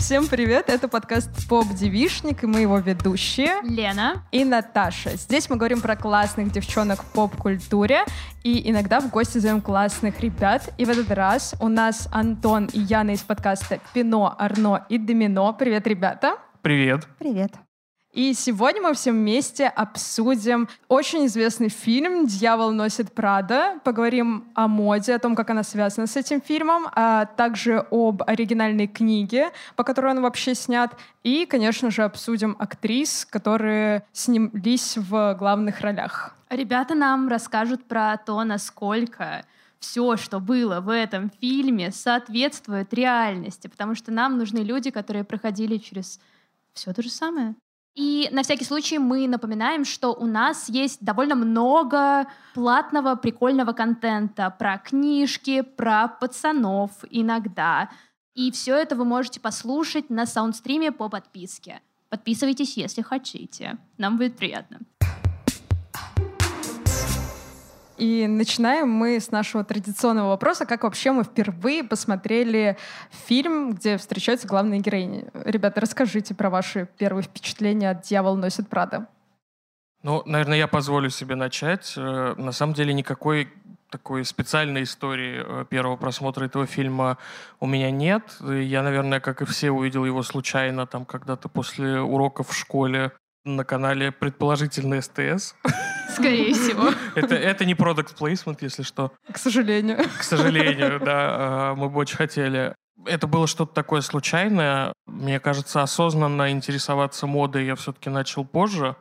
Всем привет, это подкаст «Поп-девишник», и мы его ведущие Лена и Наташа. Здесь мы говорим про классных девчонок в поп-культуре и иногда в гости зовем классных ребят. И в этот раз у нас Антон и Яна из подкаста «Пино, Арно и Домино». Привет, ребята! Привет! Привет! И сегодня мы все вместе обсудим очень известный фильм «Дьявол носит Прада». Поговорим о моде, о том, как она связана с этим фильмом, а также об оригинальной книге, по которой он вообще снят. И, конечно же, обсудим актрис, которые снялись в главных ролях. Ребята нам расскажут про то, насколько все, что было в этом фильме, соответствует реальности, потому что нам нужны люди, которые проходили через все то же самое. И на всякий случай мы напоминаем, что у нас есть довольно много платного, прикольного контента про книжки, про пацанов иногда. И все это вы можете послушать на саундстриме по подписке. Подписывайтесь, если хотите. Нам будет приятно. И начинаем мы с нашего традиционного вопроса, как вообще мы впервые посмотрели фильм, где встречаются главные героини. Ребята, расскажите про ваши первые впечатления от «Дьявол носит Прада». Ну, наверное, я позволю себе начать. На самом деле никакой такой специальной истории первого просмотра этого фильма у меня нет. Я, наверное, как и все, увидел его случайно там когда-то после уроков в школе на канале, предположительно, СТС. Скорее всего. Это не product placement, если что. К сожалению. К сожалению, да. Мы бы очень хотели. Это было что-то такое случайное. Мне кажется, осознанно интересоваться модой я все-таки начал позже,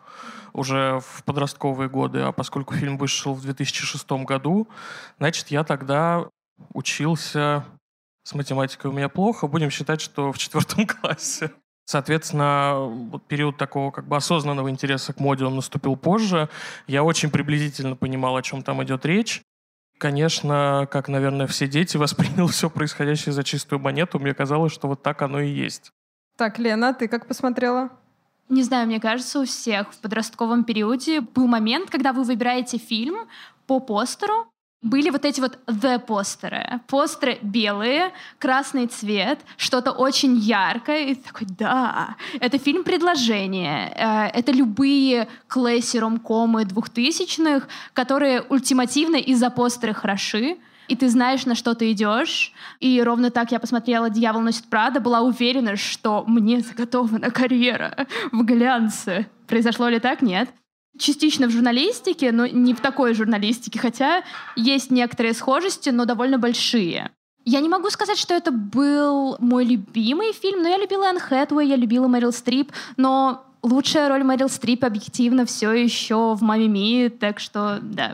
уже в подростковые годы. А поскольку фильм вышел в 2006 году, значит, я тогда учился... С математикой у меня плохо. Будем считать, что в 4 классе. Соответственно, вот период такого как бы осознанного интереса к моде он наступил позже. Я очень приблизительно понимал, о чем там идет речь. Конечно, как, наверное, все дети, воспринял все происходящее за чистую монету. Мне казалось, что вот так оно и есть. Так, Лена, ты как посмотрела? Не знаю, мне кажется, у всех в подростковом периоде был момент, когда вы выбираете фильм по постеру. Были вот эти вот постеры. Постеры белые, красный цвет, что-то очень яркое. И такой, да, это фильм «Предложение». Это любые класси ромкомы 2000-х, которые ультимативно из-за постера хороши. И ты знаешь, на что ты идешь. И ровно так я посмотрела «Дьявол носит Прада», была уверена, что мне заготована карьера в глянце. Произошло ли так? Нет. Частично в журналистике, но не в такой журналистике, хотя есть некоторые схожести, но довольно большие. Я не могу сказать, что это был мой любимый фильм, но я любила Энн Хэтэуэй, я любила Мэрил Стрип, но лучшая роль Мэрил Стрип объективно все еще в «Мамме Мии», так что да.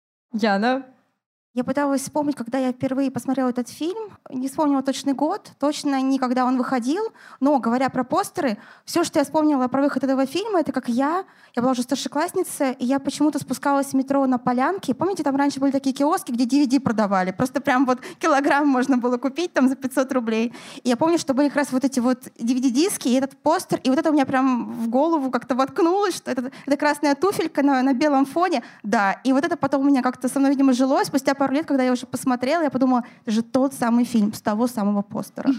Яна? Я пыталась вспомнить, когда я впервые посмотрела этот фильм. Не вспомнила точный год, точно не когда он выходил. Но, говоря про постеры, все, что я вспомнила про выход этого фильма, это как я была уже старшеклассница, и я почему-то спускалась в метро на Полянке. Помните, там раньше были такие киоски, где DVD продавали. Просто прям вот килограмм можно было купить там за 500 рублей. И я помню, что были как раз вот эти вот DVD-диски и этот постер. И вот это у меня прям в голову как-то воткнулось, что это красная туфелька на белом фоне. Да, и вот это потом у меня как-то со мной, видимо, жилось. Спустя пару лет, когда я уже посмотрела, я подумала, это же тот самый фильм с того самого постера.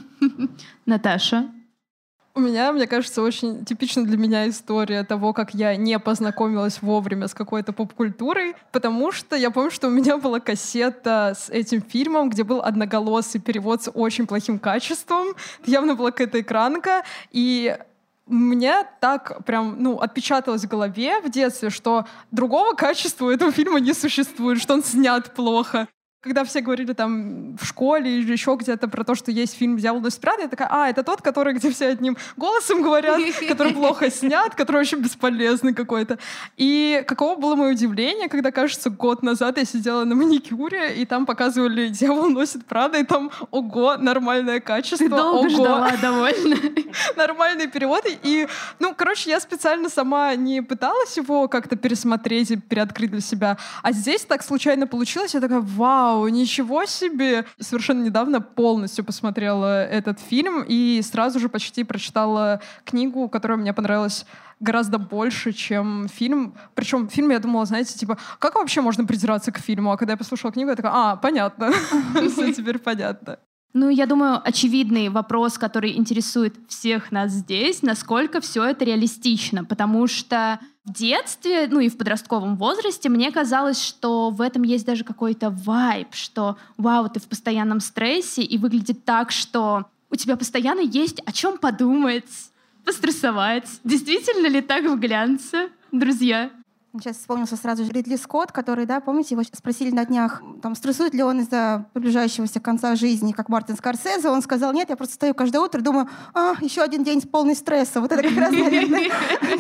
Наташа? У меня, мне кажется, очень типична для меня история того, как я не познакомилась вовремя с какой-то поп-культурой, потому что я помню, что у меня была кассета с этим фильмом, где был одноголосый перевод с очень плохим качеством. Это явно была какая-то экранка, и мне так прям, отпечаталось в голове в детстве, что другого качества у этого фильма не существует, что он снят плохо. Когда все говорили там в школе или еще где-то про то, что есть фильм «Дьявол носит Прада», я такая, это тот, который, где все одним голосом говорят, который плохо снят, который вообще бесполезный какой-то. И каково было мое удивление, когда, кажется, год назад я сидела на маникюре, и там показывали «Дьявол носит Прада», и там, ого, нормальное качество. Ты долго ждала довольно. Нормальный перевод. И, я специально сама не пыталась его как-то пересмотреть и переоткрыть для себя. А здесь так случайно получилось. Я такая, вау, ничего себе! Совершенно недавно полностью посмотрела этот фильм и сразу же почти прочитала книгу, которая мне понравилась гораздо больше, чем фильм. Причем фильм, я думала, знаете, как вообще можно придираться к фильму? А когда я послушала книгу, я такая, понятно. Все теперь понятно. Ну, я думаю, очевидный вопрос, который интересует всех нас здесь, насколько все это реалистично, потому что в детстве, ну и в подростковом возрасте мне казалось, что в этом есть даже какой-то вайб, что вау, ты в постоянном стрессе, и выглядит так, что у тебя постоянно есть о чем подумать, пострессовать. Действительно ли так в глянце, друзья? Сейчас вспомнился сразу же Ридли Скотт, который, да, помните, его спросили на днях, там, стрессует ли он из-за приближающегося конца жизни, как Мартин Скорсезе. Он сказал: нет, я просто стою каждое утро и думаю, еще один день полный стресса. Вот это как раз, наверное,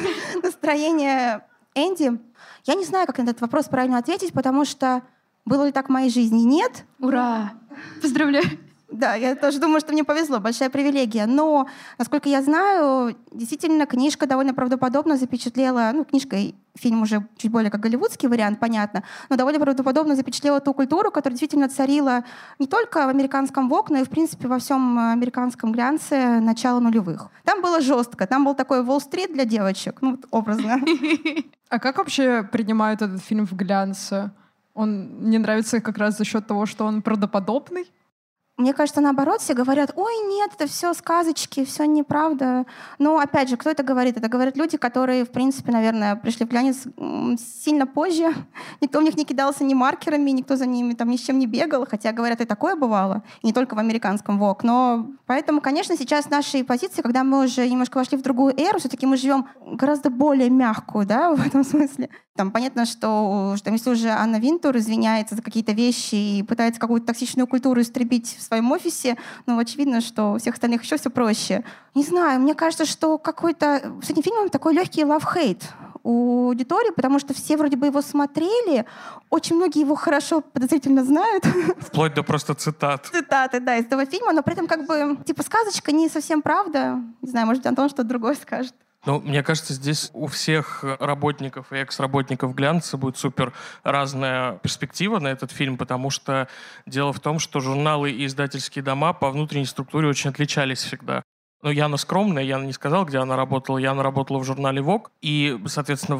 настроение Энди. Я не знаю, как на этот вопрос правильно ответить, потому что было ли так в моей жизни? Нет. Ура! Поздравляю! Да, я тоже думаю, что мне повезло, большая привилегия. Но, насколько я знаю, действительно, книжка довольно правдоподобно запечатлела, книжка и фильм уже чуть более как голливудский вариант, понятно, но довольно правдоподобно запечатлела ту культуру, которая действительно царила не только в американском ВОК, но и, в принципе, во всем американском глянце начала нулевых. Там было жестко, там был такой Уолл-стрит для девочек, образно. А как вообще принимают этот фильм в глянце? Он не нравится как раз за счет того, что он правдоподобный? Мне кажется, наоборот, все говорят: ой, нет, это все сказочки, все неправда. Но, опять же, кто это говорит? Это говорят люди, которые, в принципе, наверное, пришли в глянец сильно позже. Никто в них не кидался ни маркерами, никто за ними там ни с чем не бегал. Хотя, говорят, и такое бывало. И не только в американском ВОК. Но поэтому, конечно, сейчас наши позиции, когда мы уже немножко вошли в другую эру, все-таки мы живем гораздо более мягкую, да, в этом смысле. Там понятно, что если уже Анна Винтур извиняется за какие-то вещи и пытается какую-то токсичную культуру истребить в своем офисе, очевидно, что у всех остальных еще все проще. Не знаю, мне кажется, что какой-то с этим фильмом такой легкий love-hate у аудитории, потому что все вроде бы его смотрели, очень многие его хорошо подозрительно знают. Вплоть до просто цитат. Цитаты, да, из этого фильма, но при этом сказочка не совсем правда. Не знаю, может, Антон что-то другое скажет. Мне кажется, здесь у всех работников и экс-работников глянца будет супер разная перспектива на этот фильм, потому что дело в том, что журналы и издательские дома по внутренней структуре очень отличались всегда. Яна скромная, Яна не сказала, где она работала. Яна работала в журнале «Вог» и, соответственно,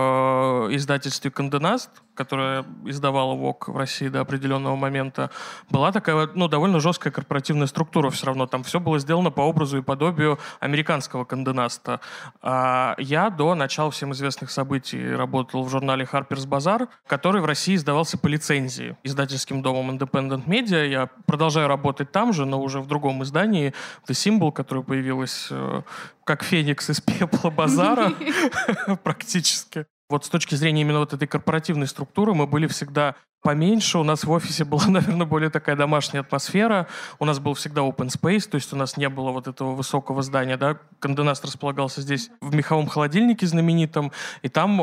в издательстве «Конде Наст», которое издавало «Вог» в России до определенного момента, была такая, довольно жесткая корпоративная структура все равно. Там все было сделано по образу и подобию американского «Конде Наста». А я до начала всем известных событий работал в журнале «Harper's Bazaar», который в России издавался по лицензии издательским домом Independent Media. Я продолжаю работать там же, но уже в другом издании, The Symbol, которое появилась как феникс из пепла базара практически. Вот с точки зрения именно вот этой корпоративной структуры мы были всегда поменьше. У нас в офисе была, наверное, более такая домашняя атмосфера. У нас был всегда open space, то есть у нас не было вот этого высокого здания. Да? Конде Наст располагался здесь в меховом холодильнике знаменитом, и там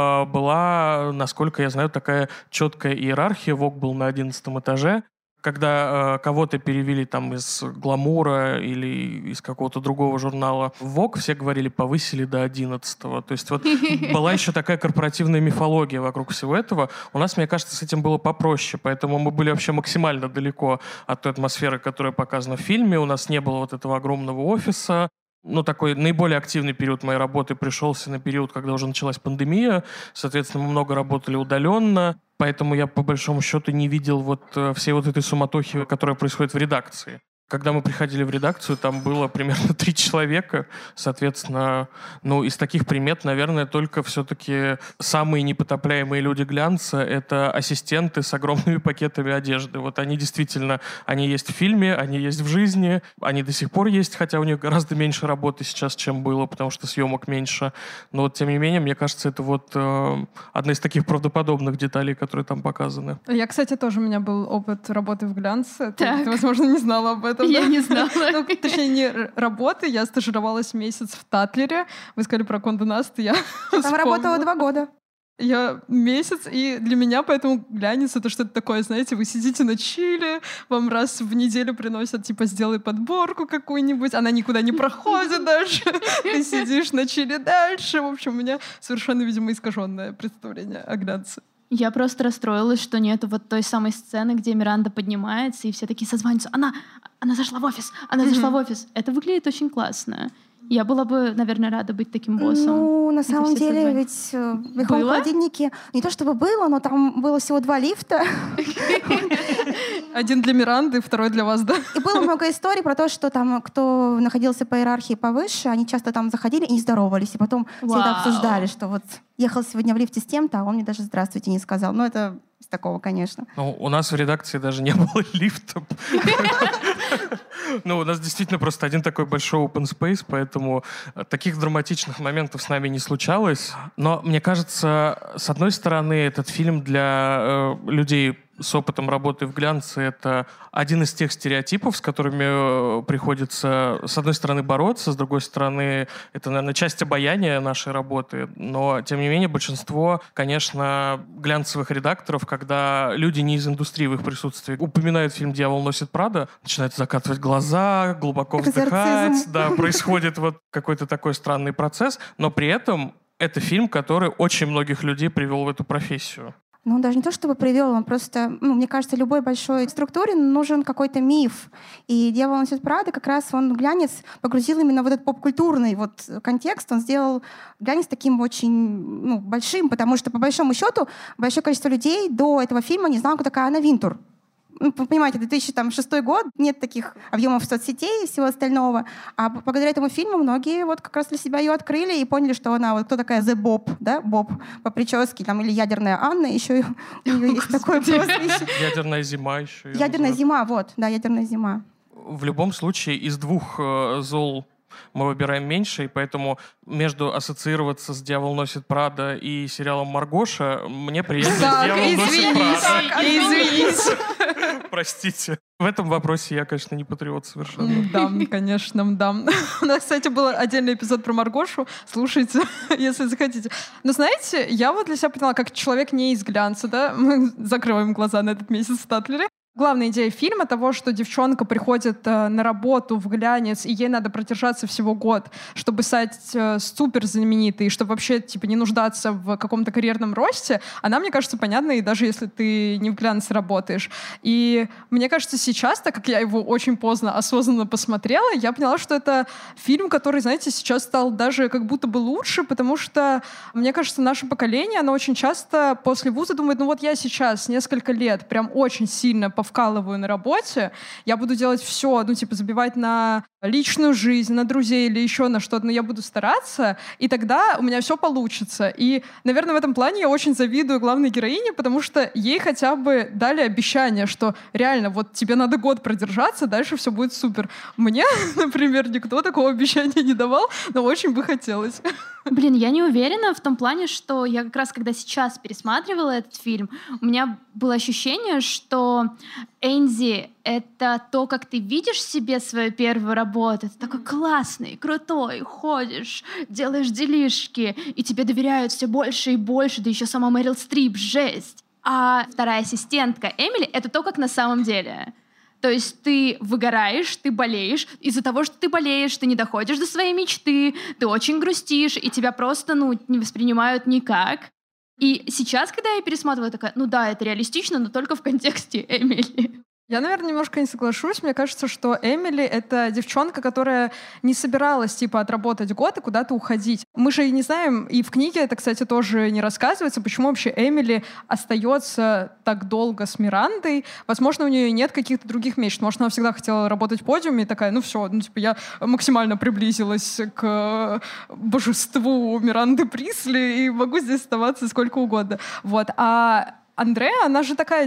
была, насколько я знаю, такая четкая иерархия. ВОК был на 11 этаже. Когда кого-то перевели там из «Гламура» или из какого-то другого журнала в ВОК, все говорили, повысили до 11-го. То есть была еще такая корпоративная мифология вокруг всего этого. У нас, мне кажется, с этим было попроще, поэтому мы были вообще максимально далеко от той атмосферы, которая показана в фильме. У нас не было вот этого огромного офиса. Такой наиболее активный период моей работы пришелся на период, когда уже началась пандемия. Соответственно, мы много работали удаленно. Поэтому я, по большому счету, не видел всей этой суматохи, которая происходит в редакции. Когда мы приходили в редакцию, там было примерно 3 человека. Соответственно, из таких примет, наверное, только все-таки самые непотопляемые люди глянца — это ассистенты с огромными пакетами одежды. Они действительно, они есть в фильме, они есть в жизни, они до сих пор есть, хотя у них гораздо меньше работы сейчас, чем было, потому что съемок меньше. Но тем не менее, мне кажется, это одна из таких правдоподобных деталей, которые там показаны. Я, кстати, тоже у меня был опыт работы в глянце. Ты, возможно, не знала об этом. Я не знала. Точнее, не работы. Я стажировалась месяц в Татлере. Вы сказали про Конде Наст, я там работала 2 года. Я месяц, и для меня поэтому глянец — это что-то такое, знаете, вы сидите на чиле, вам раз в неделю приносят, сделай подборку какую-нибудь, она никуда не проходит даже, ты сидишь на чиле дальше. В общем, у меня совершенно, видимо, искаженное представление о глянце. Я просто расстроилась, что нету той самой сцены, где Миранда поднимается, и все такие созваниваются. Она зашла в офис, она зашла в офис. Это выглядит очень классно. Я была бы, наверное, рада быть таким боссом. На самом деле, ведь в меховом холодильнике не то чтобы было, но там было всего 2 лифта. Один для Миранды, второй для вас, да? И было много историй про то, что там, кто находился по иерархии повыше, они часто там заходили и не здоровались. И потом всегда обсуждали, что вот ехал сегодня в лифте с тем-то, а он мне даже «здравствуйте» не сказал. Ну, это из такого, конечно. Ну, у нас в редакции даже не было лифта. Ну, у нас действительно просто один такой большой open space, поэтому таких драматичных моментов с нами не случалось. Но мне кажется, с одной стороны, этот фильм для людей с опытом работы в глянце — это один из тех стереотипов, с которыми приходится, с одной стороны, бороться, с другой стороны, это, наверное, часть обаяния нашей работы. Но, тем не менее, большинство, конечно, глянцевых редакторов, когда люди не из индустрии в их присутствии упоминают фильм «Дьявол носит Прада», начинают закатывать глаза, глубоко вздыхать. Да, происходит вот какой-то такой странный процесс, но при этом это фильм, который очень многих людей привел в эту профессию. Ну, он даже не то чтобы привел, он просто, мне кажется, любой большой структуре нужен какой-то миф. И «Дьявол носит Прада» как раз он глянец погрузил именно в этот поп-культурный вот контекст. Он сделал глянец таким очень большим, потому что, по большому счету, большое количество людей до этого фильма не знало, кто такая Анна Винтур. Вы понимаете, 2006 год, нет таких объемов соцсетей и всего остального. А благодаря этому фильму многие вот как раз для себя ее открыли и поняли, что она вот кто такая The Bob, да, Боб по прическе, там, или ядерная Анна, еще у нее есть такое прозвище. Ядерная зима еще. Ядерная зима, вот, да, ядерная зима. В любом случае, из двух зол мы выбираем меньше, и поэтому между ассоциироваться с «Дьявол носит Прада» и сериалом «Маргоша» мне приятнее «Дьявол носит Прада». Извините. Простите. В этом вопросе я, конечно, не патриот совершенно. Да, конечно, да. У нас, кстати, был отдельный эпизод про Маргошу. Слушайте, если захотите. Но знаете, я вот для себя поняла, как человек не из глянца, да, мы закрываем глаза на этот месяц в Татлере. Главная идея фильма того, что девчонка приходит на работу в глянец, и ей надо продержаться всего год, чтобы стать супер знаменитой, чтобы вообще типа не нуждаться в каком-то карьерном росте, она, мне кажется, понятна, и даже если ты не в глянце работаешь. И мне кажется, сейчас, так как я его очень поздно осознанно посмотрела, я поняла, что это фильм, который, знаете, сейчас стал даже как будто бы лучше, потому что, мне кажется, наше поколение, оно очень часто после вуза думает, ну вот я сейчас несколько лет прям очень сильно вкалываю на работе, я буду делать все, забивать на личную жизнь, на друзей или еще на что-то, но я буду стараться, и тогда у меня все получится. И, наверное, в этом плане я очень завидую главной героине, потому что ей хотя бы дали обещание, что реально вот тебе надо год продержаться, дальше все будет супер. Мне, например, никто такого обещания не давал, но очень бы хотелось. Блин, я не уверена в том плане, что я как раз, когда сейчас пересматривала этот фильм, у меня было ощущение, что Энди — это то, как ты видишь себе свою первую работу. Ты такой классный, крутой, ходишь, делаешь делишки, и тебе доверяют все больше и больше, да еще сама Мэрил Стрип, жесть. А вторая ассистентка Эмили — это то, как на самом деле. То есть ты выгораешь, ты болеешь. Из-за того, что ты болеешь, ты не доходишь до своей мечты, ты очень грустишь, и тебя просто, не воспринимают никак. И сейчас, когда я пересматриваю, такая, да, это реалистично, но только в контексте Эмили. Я, наверное, немножко не соглашусь. Мне кажется, что Эмили — это девчонка, которая не собиралась, отработать год и куда-то уходить. Мы же и не знаем, и в книге это, кстати, тоже не рассказывается, почему вообще Эмили остается так долго с Мирандой. Возможно, у нее нет каких-то других мечт. Может, она всегда хотела работать в подиуме и такая, все, я максимально приблизилась к божеству Миранды Присли и могу здесь оставаться сколько угодно. Вот. А Андреа, она же такая,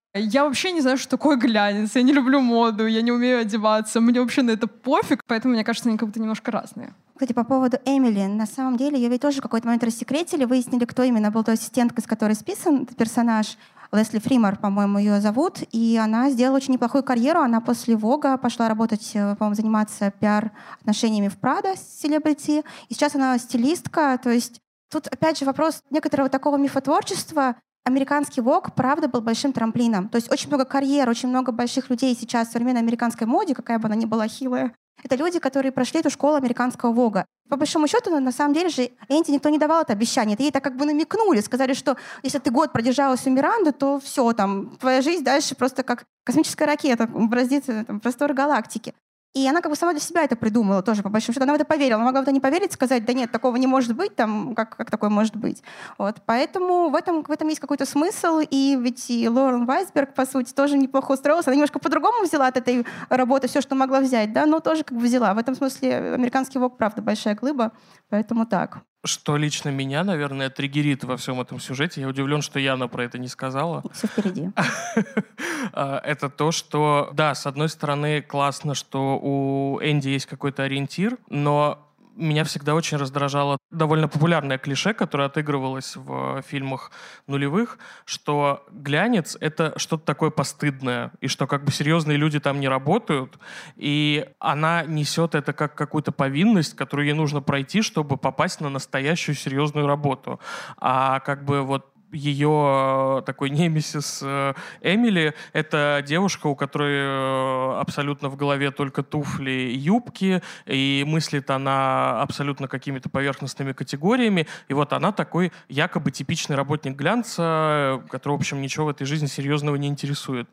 я вообще не знаю, что такое глянец, я не люблю моду, я не умею одеваться, мне вообще на это пофиг, поэтому, мне кажется, они как будто немножко разные. Кстати, по поводу Эмили, на самом деле, ее ведь тоже в какой-то момент рассекретили, выяснили, кто именно был той ассистенткой, с которой списан этот персонаж. Лесли Фримор, по-моему, ее зовут, и она сделала очень неплохую карьеру. Она после Вога пошла работать, по-моему, заниматься пиар-отношениями в Прада с селебрити, и сейчас она стилистка, то есть тут, опять же, вопрос некоторого такого мифотворчества. Американский Vogue, правда, был большим трамплином. То есть очень много карьер, очень много больших людей сейчас в современной американской моде, какая бы она ни была хилая. Это люди, которые прошли эту школу американского Vogue. По большому счету, на самом деле же, Энди никто не давал это обещание. Это ей так как бы намекнули, сказали, что если ты год продержалась у Миранды, то все, твоя жизнь дальше просто как космическая ракета бороздит простор галактики. И она как бы сама для себя это придумала тоже, по большому счету. Она в это поверила. Она могла в это не поверить, сказать, да нет, такого не может быть, там, как такое может быть. Вот. Поэтому в этом есть какой-то смысл. И ведь и Лорен Вайсберг, по сути, тоже неплохо устроилась. Она немножко по-другому взяла от этой работы все, что могла взять, да, но тоже как бы взяла. В этом смысле американский Vogue, правда, большая глыба. Поэтому так. Что лично меня, наверное, триггерит во всем этом сюжете, я удивлен, что Яна про это не сказала. Все впереди. Это то, что, да, с одной стороны, классно, что у Энди есть какой-то ориентир, но меня всегда очень раздражало довольно популярное клише, которое отыгрывалось в фильмах нулевых, что глянец — это что-то такое постыдное, и что как бы серьезные люди там не работают, и она несет это как какую-то повинность, которую ей нужно пройти, чтобы попасть на настоящую серьезную работу. А как бы вот ее такой немесис Эмили — это девушка, у которой абсолютно в голове только туфли и юбки, и мыслит она абсолютно какими-то поверхностными категориями. И вот она такой якобы типичный работник глянца, который, в общем, ничего в этой жизни серьезного не интересует.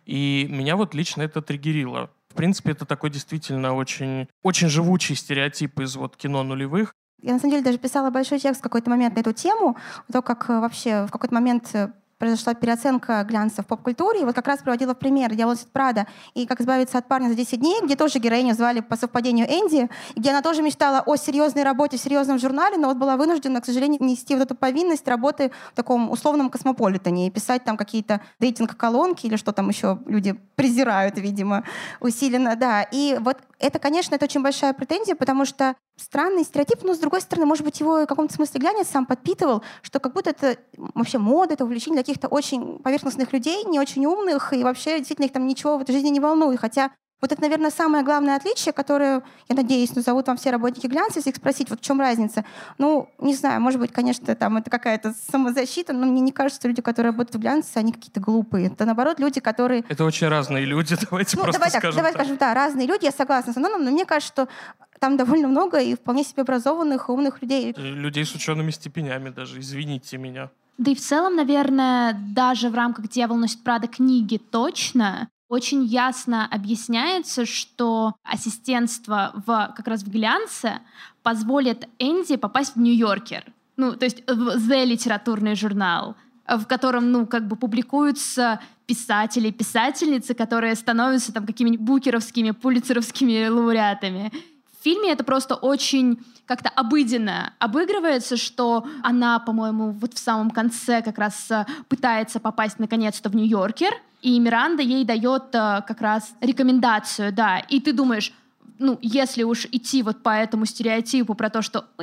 И меня вот лично это триггерило. В принципе, это такой действительно очень, очень живучий стереотип из вот кино нулевых. Я, на самом деле, даже писала большой текст в какой-то момент на эту тему, то, как вообще в какой-то момент произошла переоценка глянца в поп-культуре. И вот как раз приводила в пример «Дьявол носит Прада» и «Как избавиться от парня за 10 дней», где тоже героиню звали по совпадению Энди, где она тоже мечтала о серьезной работе в серьезном журнале, но вот была вынуждена, к сожалению, нести вот эту повинность работы в таком условном космополитене и писать там какие-то дейтинг-колонки или что там еще люди презирают, видимо, усиленно. Да. И вот это, конечно, это очень большая претензия, потому что странный стереотип, но, с другой стороны, может быть, его в каком-то смысле глянец сам подпитывал, что как будто это вообще мода, это увлечение для каких-то очень поверхностных людей, не очень умных, и вообще действительно их там ничего в этой жизни не волнует. Хотя вот это, наверное, самое главное отличие, которое, я надеюсь, назовут вам все работники глянца, если их спросить, вот в чем разница. Ну, не знаю, может быть, конечно, там это какая-то самозащита, но мне не кажется, что люди, которые работают в глянце, они какие-то глупые. Это, наоборот, люди, которые... Это очень разные люди, давайте просто скажем так. Давай скажем, да, разные люди, я согласна с Аноном, но мне кажется, что там довольно много и вполне себе образованных, умных людей. Людей с учеными степенями даже, извините меня. Да и в целом, наверное, даже в рамках «Дьявол носит Прада» книги точно очень ясно объясняется, что ассистентство как раз в глянце позволит Энди попасть в «Нью-Йоркер». Ну, то есть в «The» литературный журнал, в котором, ну, как бы публикуются писатели, писательницы, которые становятся там какими-нибудь букеровскими, пулитцеровскими лауреатами. В фильме это просто очень как-то обыденно обыгрывается, что она, по-моему, вот в самом конце как раз пытается попасть наконец-то в «Нью-Йоркер», и Миранда ей дает как раз рекомендацию, да, и ты думаешь, ну, если уж идти вот по этому стереотипу про то, что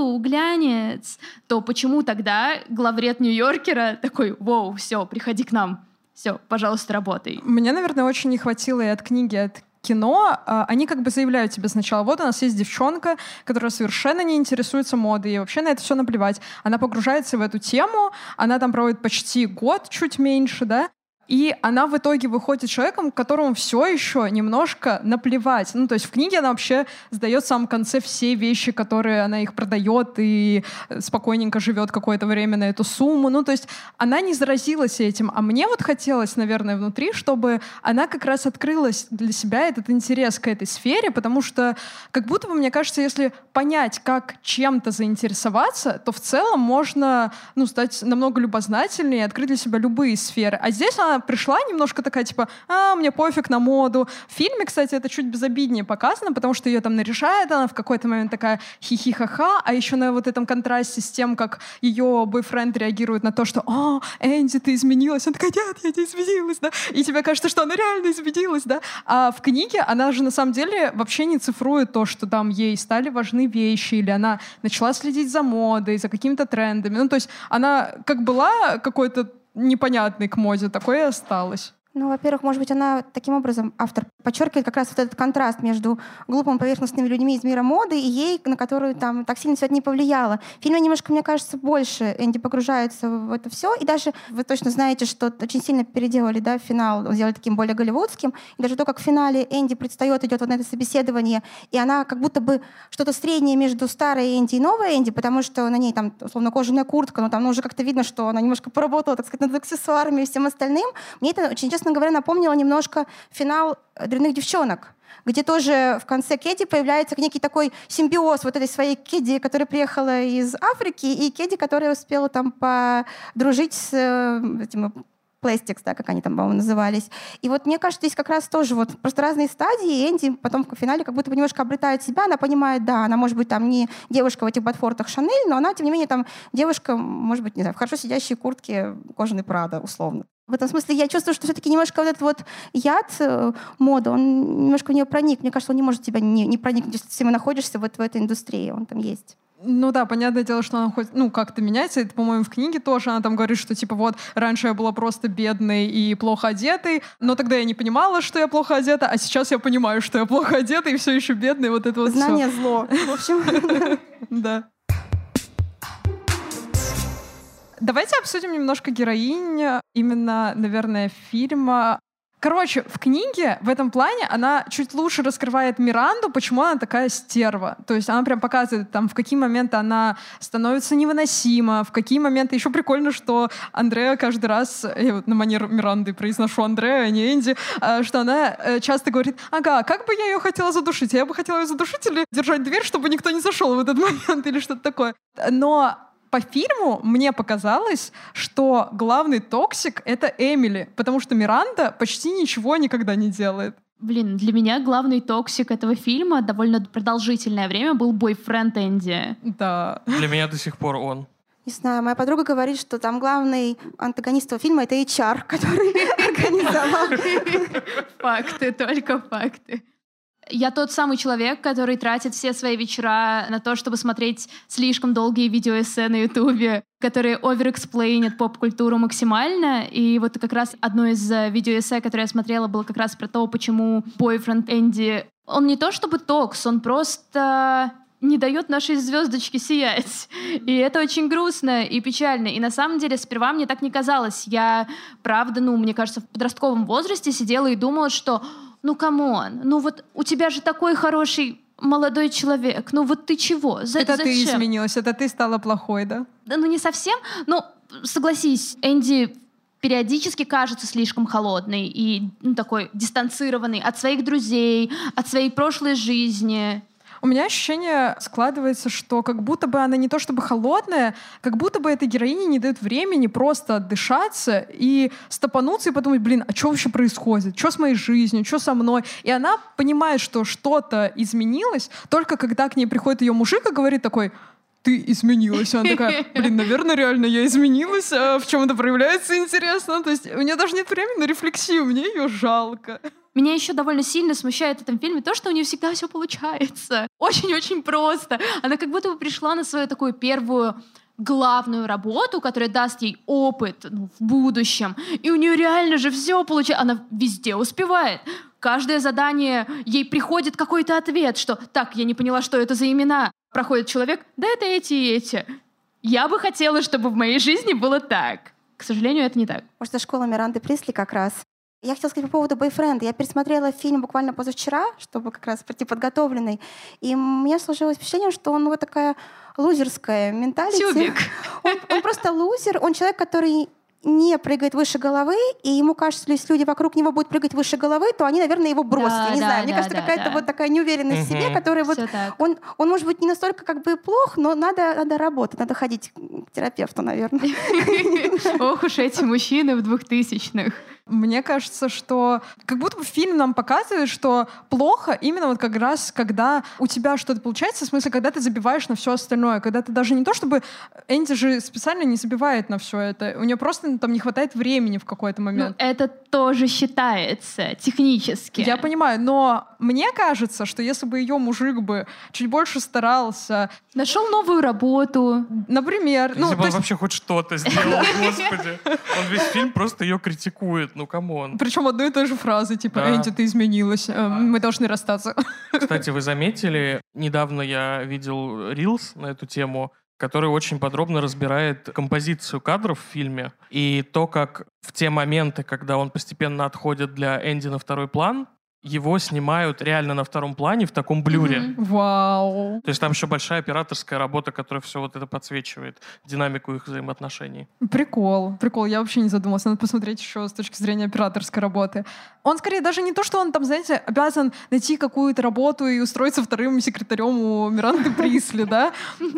глянец, то почему тогда главред «Нью-Йоркера» такой, воу, все, приходи к нам, все, пожалуйста, работай. Мне, наверное, очень не хватило и от книги, от кино. Они как бы заявляют тебе сначала, вот у нас есть девчонка, которая совершенно не интересуется модой, и вообще на это все наплевать. Она погружается в эту тему, она там проводит почти год, чуть меньше, да, и она в итоге выходит человеком, которому все еще немножко наплевать. Ну, то есть в книге она вообще сдает в самом конце все вещи, которые она их продает, и спокойненько живет какое-то время на эту сумму. Ну, то есть она не заразилась этим. А мне вот хотелось, наверное, внутри, чтобы она как раз открылась для себя этот интерес к этой сфере, потому что как будто бы, мне кажется, если понять, как чем-то заинтересоваться, то в целом можно, ну, стать намного любознательнее и открыть для себя любые сферы. А здесь она пришла немножко такая, типа, мне пофиг на моду. В фильме, кстати, это чуть безобиднее показано, потому что ее там наряжает, она в какой-то момент такая хихи-ха-ха, а еще на вот этом контрасте с тем, как ее бойфренд реагирует на то, что Энди, ты изменилась. Она такая, нет, я не изменилась, да. И тебе кажется, что она реально изменилась, да. А в книге она же на самом деле вообще не цифрует то, что там ей стали важны вещи, или она начала следить за модой, за какими-то трендами. Ну, то есть она как была какой-то непонятный к моде, такое и осталось. Ну, во-первых, может быть, она таким образом, автор, подчеркивает как раз вот этот контраст между глупыми поверхностными людьми из мира моды и ей, на которую там так сильно все это не повлияло. В фильме немножко, мне кажется, больше Энди погружается в это все. И даже вы точно знаете, что очень сильно переделали, да, финал, сделали таким более голливудским. И даже то, как в финале Энди предстает, идет вот на это собеседование, и она как будто бы что-то среднее между старой Энди и новой Энди, потому что на ней там, условно, кожаная куртка, но там уже как-то видно, что она немножко поработала, так сказать, над аксессуарами и всем остальным. Мне это очень честно честно говоря, напомнило немножко финал «Дрянных девчонок», где тоже в конце Кэдди появляется некий такой симбиоз вот этой своей Кэдди, которая приехала из Африки, и Кэдди, которая успела там подружить с этим Plastics, да, как они там, по-моему, назывались. И вот мне кажется, здесь как раз тоже вот просто разные стадии, и Энди потом в финале как будто бы немножко обретает себя, она понимает, да, она может быть там не девушка в этих ботфортах Шанель, но она, тем не менее, там девушка, может быть, не знаю, в хорошо сидящей куртке кожаной Прада, условно. В этом смысле я чувствую, что все-таки немножко вот этот вот яд моды, он немножко в нее проник. Мне кажется, он не может тебя не проникнуть, если ты всегда находишься вот в этой индустрии, он там есть. Ну да, понятное дело, что она хоть, как-то меняется. Это, по-моему, в книге тоже она там говорит, что типа вот раньше я была просто бедной и плохо одетой, но тогда я не понимала, что я плохо одета, а сейчас я понимаю, что я плохо одета и все еще бедная. Вот это вот знание зло. В общем, да. Давайте обсудим немножко героинь, именно, наверное, фильма. Короче, в книге в этом плане она чуть лучше раскрывает Миранду, почему она такая стерва. То есть она прям показывает, там, в какие моменты она становится невыносима, в какие моменты... Еще прикольно, что Андреа каждый раз, я вот на манер Миранды произношу Андреа, а не Энди, что она часто говорит, ага, как бы я ее хотела задушить? Я бы хотела ее задушить или держать дверь, чтобы никто не зашел в этот момент или что-то такое. Но по фильму мне показалось, что главный токсик — это Эмили, потому что Миранда почти ничего никогда не делает. Блин, для меня главный токсик этого фильма довольно продолжительное время был бойфренд Энди. Да. Для меня до сих пор он. Не знаю, моя подруга говорит, что там главный антагонист этого фильма — это HR, который организовал. Факты, только факты. Я тот самый человек, который тратит все свои вечера на то, чтобы смотреть слишком долгие видеоэссе на Ютубе, которые оверэксплейнят поп-культуру максимально. И вот как раз одно из видеоэссе, которое я смотрела, было как раз про то, почему бойфренд Энди... Он не то чтобы токс, он просто не дает нашей звездочке сиять. И это очень грустно и печально. И на самом деле сперва мне так не казалось. Я, правда, мне кажется, в подростковом возрасте сидела и думала, что камон, вот у тебя же такой хороший молодой человек, вот ты чего? Это зачем? ты изменилась, это ты стала плохой, да? Да, не совсем, согласись, Энди периодически кажется слишком холодной и такой дистанцированной от своих друзей, от своей прошлой жизни. У меня ощущение складывается, что как будто бы она не то чтобы холодная, как будто бы этой героине не дает времени просто отдышаться и стопануться и подумать, а что вообще происходит? Что с моей жизнью? Что со мной? И она понимает, что что-то изменилось, только когда к ней приходит ее мужик и говорит такой: ты изменилась. И она такая, наверное, реально я изменилась, а в чем это проявляется, интересно. То есть у нее даже нет времени на рефлексию, мне ее жалко. Меня еще довольно сильно смущает в этом фильме то, что у нее всегда все получается. Очень-очень просто. Она как будто бы пришла на свою такую первую главную работу, которая даст ей опыт в будущем. И у нее реально же все получается. Она везде успевает. Каждое задание, ей приходит какой-то ответ, что «так, я не поняла, что это за имена». Проходит человек, да это эти и эти. Я бы хотела, чтобы в моей жизни было так. К сожалению, это не так. Может, это школа Миранды Присли как раз. Я хотела сказать по поводу бойфренда. Я пересмотрела фильм буквально позавчера, чтобы как раз прийти подготовленной. И у меня сложилось впечатление, что он вот такая лузерская менталити. Тюбик. Он просто лузер. Он человек, который не прыгает выше головы, и ему кажется, что если люди вокруг него будут прыгать выше головы, то они, наверное, его бросят. Я не знаю. Мне кажется, какая-то вот такая неуверенность в себе, которая вот... Он может быть не настолько как бы плох, но надо работать, надо ходить к терапевту, наверное. Ох уж эти мужчины в 2000-х. Мне кажется, что как будто бы фильм нам показывает, что плохо именно вот как раз, когда у тебя что-то получается, в смысле, когда ты забиваешь на все остальное, когда ты даже не то, чтобы... Энди же специально не забивает на все это, у нее просто там не хватает времени в какой-то момент. Это тоже считается технически. Я понимаю, но мне кажется, что если бы ее мужик бы чуть больше старался... Нашел новую работу. Например. Если бы он вообще хоть что-то сделал, господи. Он весь фильм просто ее критикует. Камон. Причем одной и той же фразы, типа, да. Энди, ты изменилась, мы должны расстаться. Кстати, вы заметили, недавно я видел рилс на эту тему, который очень подробно разбирает композицию кадров в фильме и то, как в те моменты, когда он постепенно отходит для Энди на второй план, его снимают реально на втором плане в таком блюре. Вау. То есть там еще большая операторская работа, которая все вот это подсвечивает, динамику их взаимоотношений. Прикол. Я вообще не задумалась. Надо посмотреть еще с точки зрения операторской работы. Он скорее даже не то, что он там, знаете, обязан найти какую-то работу и устроиться вторым секретарем у Миранды Присли, да?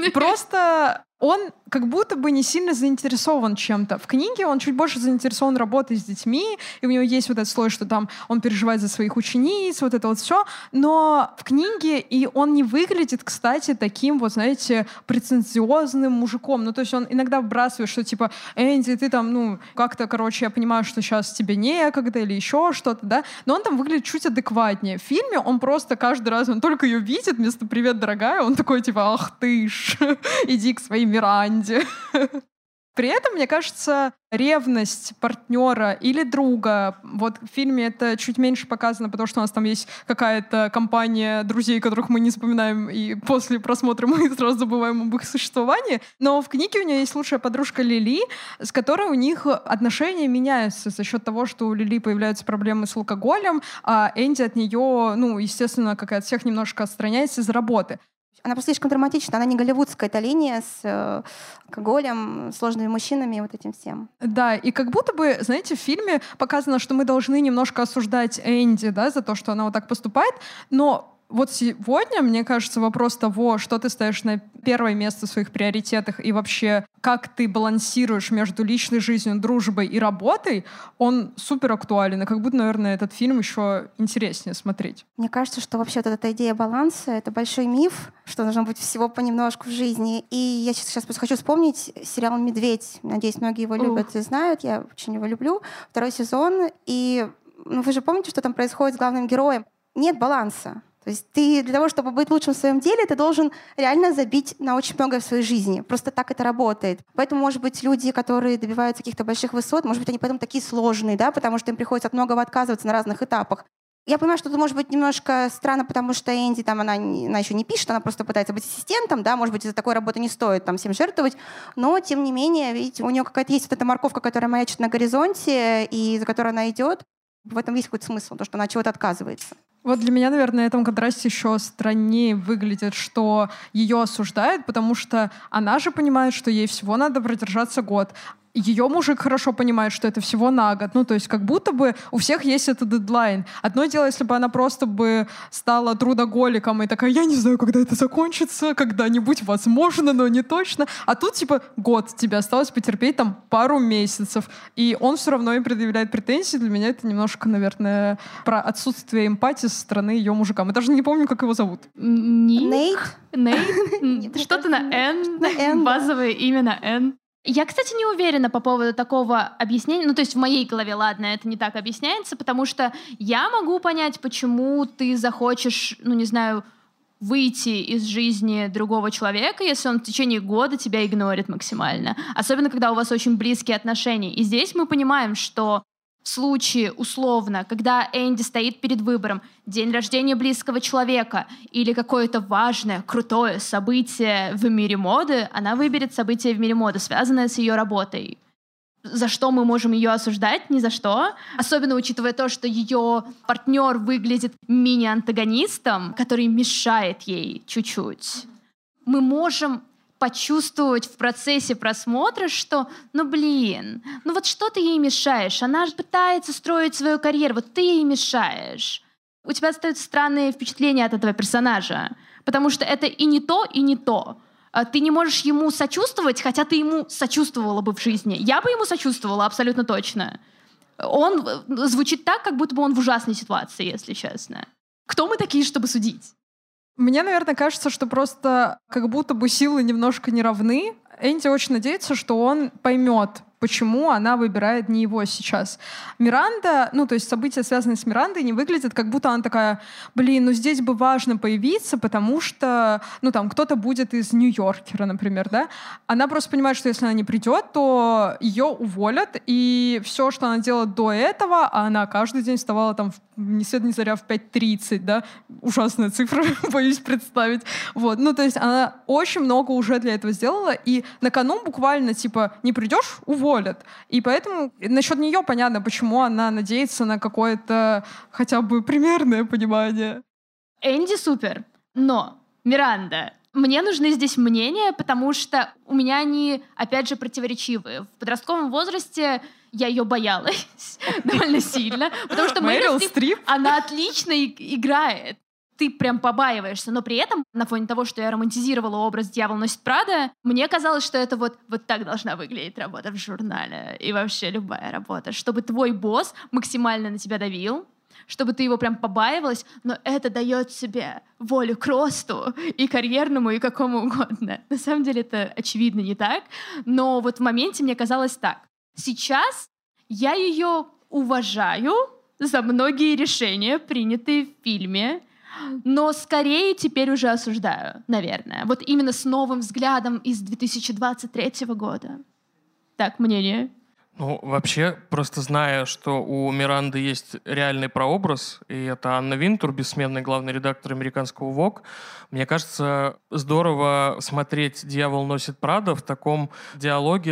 Просто он как будто бы не сильно заинтересован чем-то. В книге он чуть больше заинтересован работой с детьми, и у него есть вот этот слой, что там он переживает за своих учениц, вот это вот все. Но в книге и он не выглядит, кстати, таким вот, знаете, претенциозным мужиком. Ну, то есть он иногда вбрасывает, что типа, Энди, ты там, ну, как-то, короче, я понимаю, что сейчас тебе некогда или еще что-то, да? Но он там выглядит чуть адекватнее. В фильме он просто каждый раз, он только ее видит, вместо «привет, дорогая», он такой типа, ах ты ж, иди к своей Миранде. При этом, мне кажется, ревность партнера или друга, вот в фильме это чуть меньше показано, потому что у нас там есть какая-то компания друзей, которых мы не вспоминаем, и после просмотра мы сразу забываем об их существовании. Но в книге у нее есть лучшая подружка Лили, с которой у них отношения меняются за счет того, что у Лили появляются проблемы с алкоголем, а Энди от нее, ну, естественно, как и от всех, немножко отстраняется из-за работы. Она просто слишком драматична, она не голливудская, эта линия с алкоголем, сложными мужчинами и вот этим всем. Да, и как будто бы, знаете, в фильме показано, что мы должны немножко осуждать Энди, да, за то, что она вот так поступает, но вот сегодня, мне кажется, вопрос того, что ты ставишь на первое место в своих приоритетах и вообще как ты балансируешь между личной жизнью, дружбой и работой, он супер актуален. И как будто, наверное, этот фильм еще интереснее смотреть. Мне кажется, что вообще вот эта идея баланса — это большой миф, что должно быть всего понемножку в жизни. И я сейчас просто хочу вспомнить сериал «Медведь». Надеюсь, многие его любят и знают. Я очень его люблю. 2 сезон. И вы же помните, что там происходит с главным героем? Нет баланса. То есть ты для того, чтобы быть лучшим в своем деле, ты должен реально забить на очень многое в своей жизни. Просто так это работает. Поэтому, может быть, люди, которые добиваются каких-то больших высот, может быть, они поэтому такие сложные, да, потому что им приходится от многого отказываться на разных этапах. Я понимаю, что это может быть немножко странно, потому что Энди, там, она еще не пишет, она просто пытается быть ассистентом, да, может быть, из-за такой работы не стоит там всем жертвовать, но, тем не менее, видите, у нее какая-то есть вот эта морковка, которая маячит на горизонте, и за которой она идет. В этом есть какой-то смысл, то, что она чего-то отказывается. Вот для меня, наверное, на этом контрасте еще страннее выглядит, что ее осуждают, потому что она же понимает, что ей всего надо продержаться год. Ее мужик хорошо понимает, что это всего на год. Ну, то есть как будто бы у всех есть этот дедлайн. Одно дело, если бы она просто бы стала трудоголиком и такая, я не знаю, когда это закончится, когда-нибудь, возможно, но не точно. А тут, типа, год тебе осталось потерпеть там пару месяцев. И он все равно ей предъявляет претензии. Для меня это немножко, наверное, про отсутствие эмпатии со стороны ее мужика. Мы даже не помним, как его зовут. Нейт? Что-то на «Н». Базовое имя на «Н». Я, кстати, не уверена по поводу такого объяснения. Ну, то есть в моей голове, ладно, это не так объясняется, потому что я могу понять, почему ты захочешь, ну, не знаю, выйти из жизни другого человека, если он в течение года тебя игнорит максимально. Особенно, когда у вас очень близкие отношения. И здесь мы понимаем, что в случае, условно, когда Энди стоит перед выбором день рождения близкого человека или какое-то важное, крутое событие в мире моды, она выберет событие в мире моды, связанное с ее работой. За что мы можем ее осуждать? Ни за что. Особенно учитывая то, что ее партнер выглядит мини-антагонистом, который мешает ей чуть-чуть. Мы можем почувствовать в процессе просмотра, что, ну вот что ты ей мешаешь? Она же пытается строить свою карьеру, вот ты ей мешаешь. У тебя остаются странные впечатления от этого персонажа, потому что это и не то, и не то. Ты не можешь ему сочувствовать, хотя ты ему сочувствовала бы в жизни. Я бы ему сочувствовала абсолютно точно. Он звучит так, как будто бы он в ужасной ситуации, если честно. Кто мы такие, чтобы судить? Мне, наверное, кажется, что просто как будто бы силы немножко не равны. Энди очень надеется, что он поймет, почему она выбирает не его сейчас. Миранда, ну, то есть события, связанные с Мирандой, не выглядят, как будто она такая, ну, здесь бы важно появиться, потому что, ну, там, кто-то будет из Нью-Йоркера, например, да? Она просто понимает, что если она не придет, то ее уволят, и все, что она делала до этого, а она каждый день вставала там ни свет ни заря в 5:30, да? Ужасная цифра, боюсь представить. Вот, ну, то есть она очень много уже для этого сделала, и на кону буквально, типа, не придешь — уволят. уволят. И поэтому насчет нее понятно, почему она надеется на какое-то хотя бы примерное понимание. Энди супер, но Миранда, мне нужны здесь мнения, потому что у меня они, опять же, противоречивые. В подростковом возрасте я ее боялась довольно сильно, потому что Мэрил Стрип, она отлично играет. Ты прям побаиваешься, но при этом на фоне того, что я романтизировала образ «Дьявол носит Прада», мне казалось, что это вот так должна выглядеть работа в журнале и вообще любая работа, чтобы твой босс максимально на тебя давил, чтобы ты его прям побаивалась, но это дает тебе волю к росту и карьерному, и какому угодно. На самом деле это очевидно не так, но вот в моменте мне казалось так. Сейчас я ее уважаю за многие решения, принятые в фильме, но скорее теперь уже осуждаю, наверное. Вот именно с новым взглядом из 2023 года. Так, мнение? Ну, вообще, просто зная, что у Миранды есть реальный прообраз, и это Анна Винтур, бессменный главный редактор американского Vogue, мне кажется, здорово смотреть «Дьявол носит Прада» в таком диалоге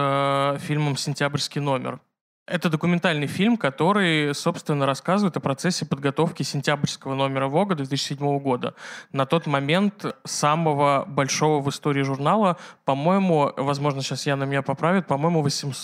с фильмом «Сентябрьский номер». Это документальный фильм, который, собственно, рассказывает о процессе подготовки сентябрьского номера Vogue 2007 года. На тот момент самого большого в истории журнала, по-моему, возможно, сейчас Яна меня поправит, по-моему,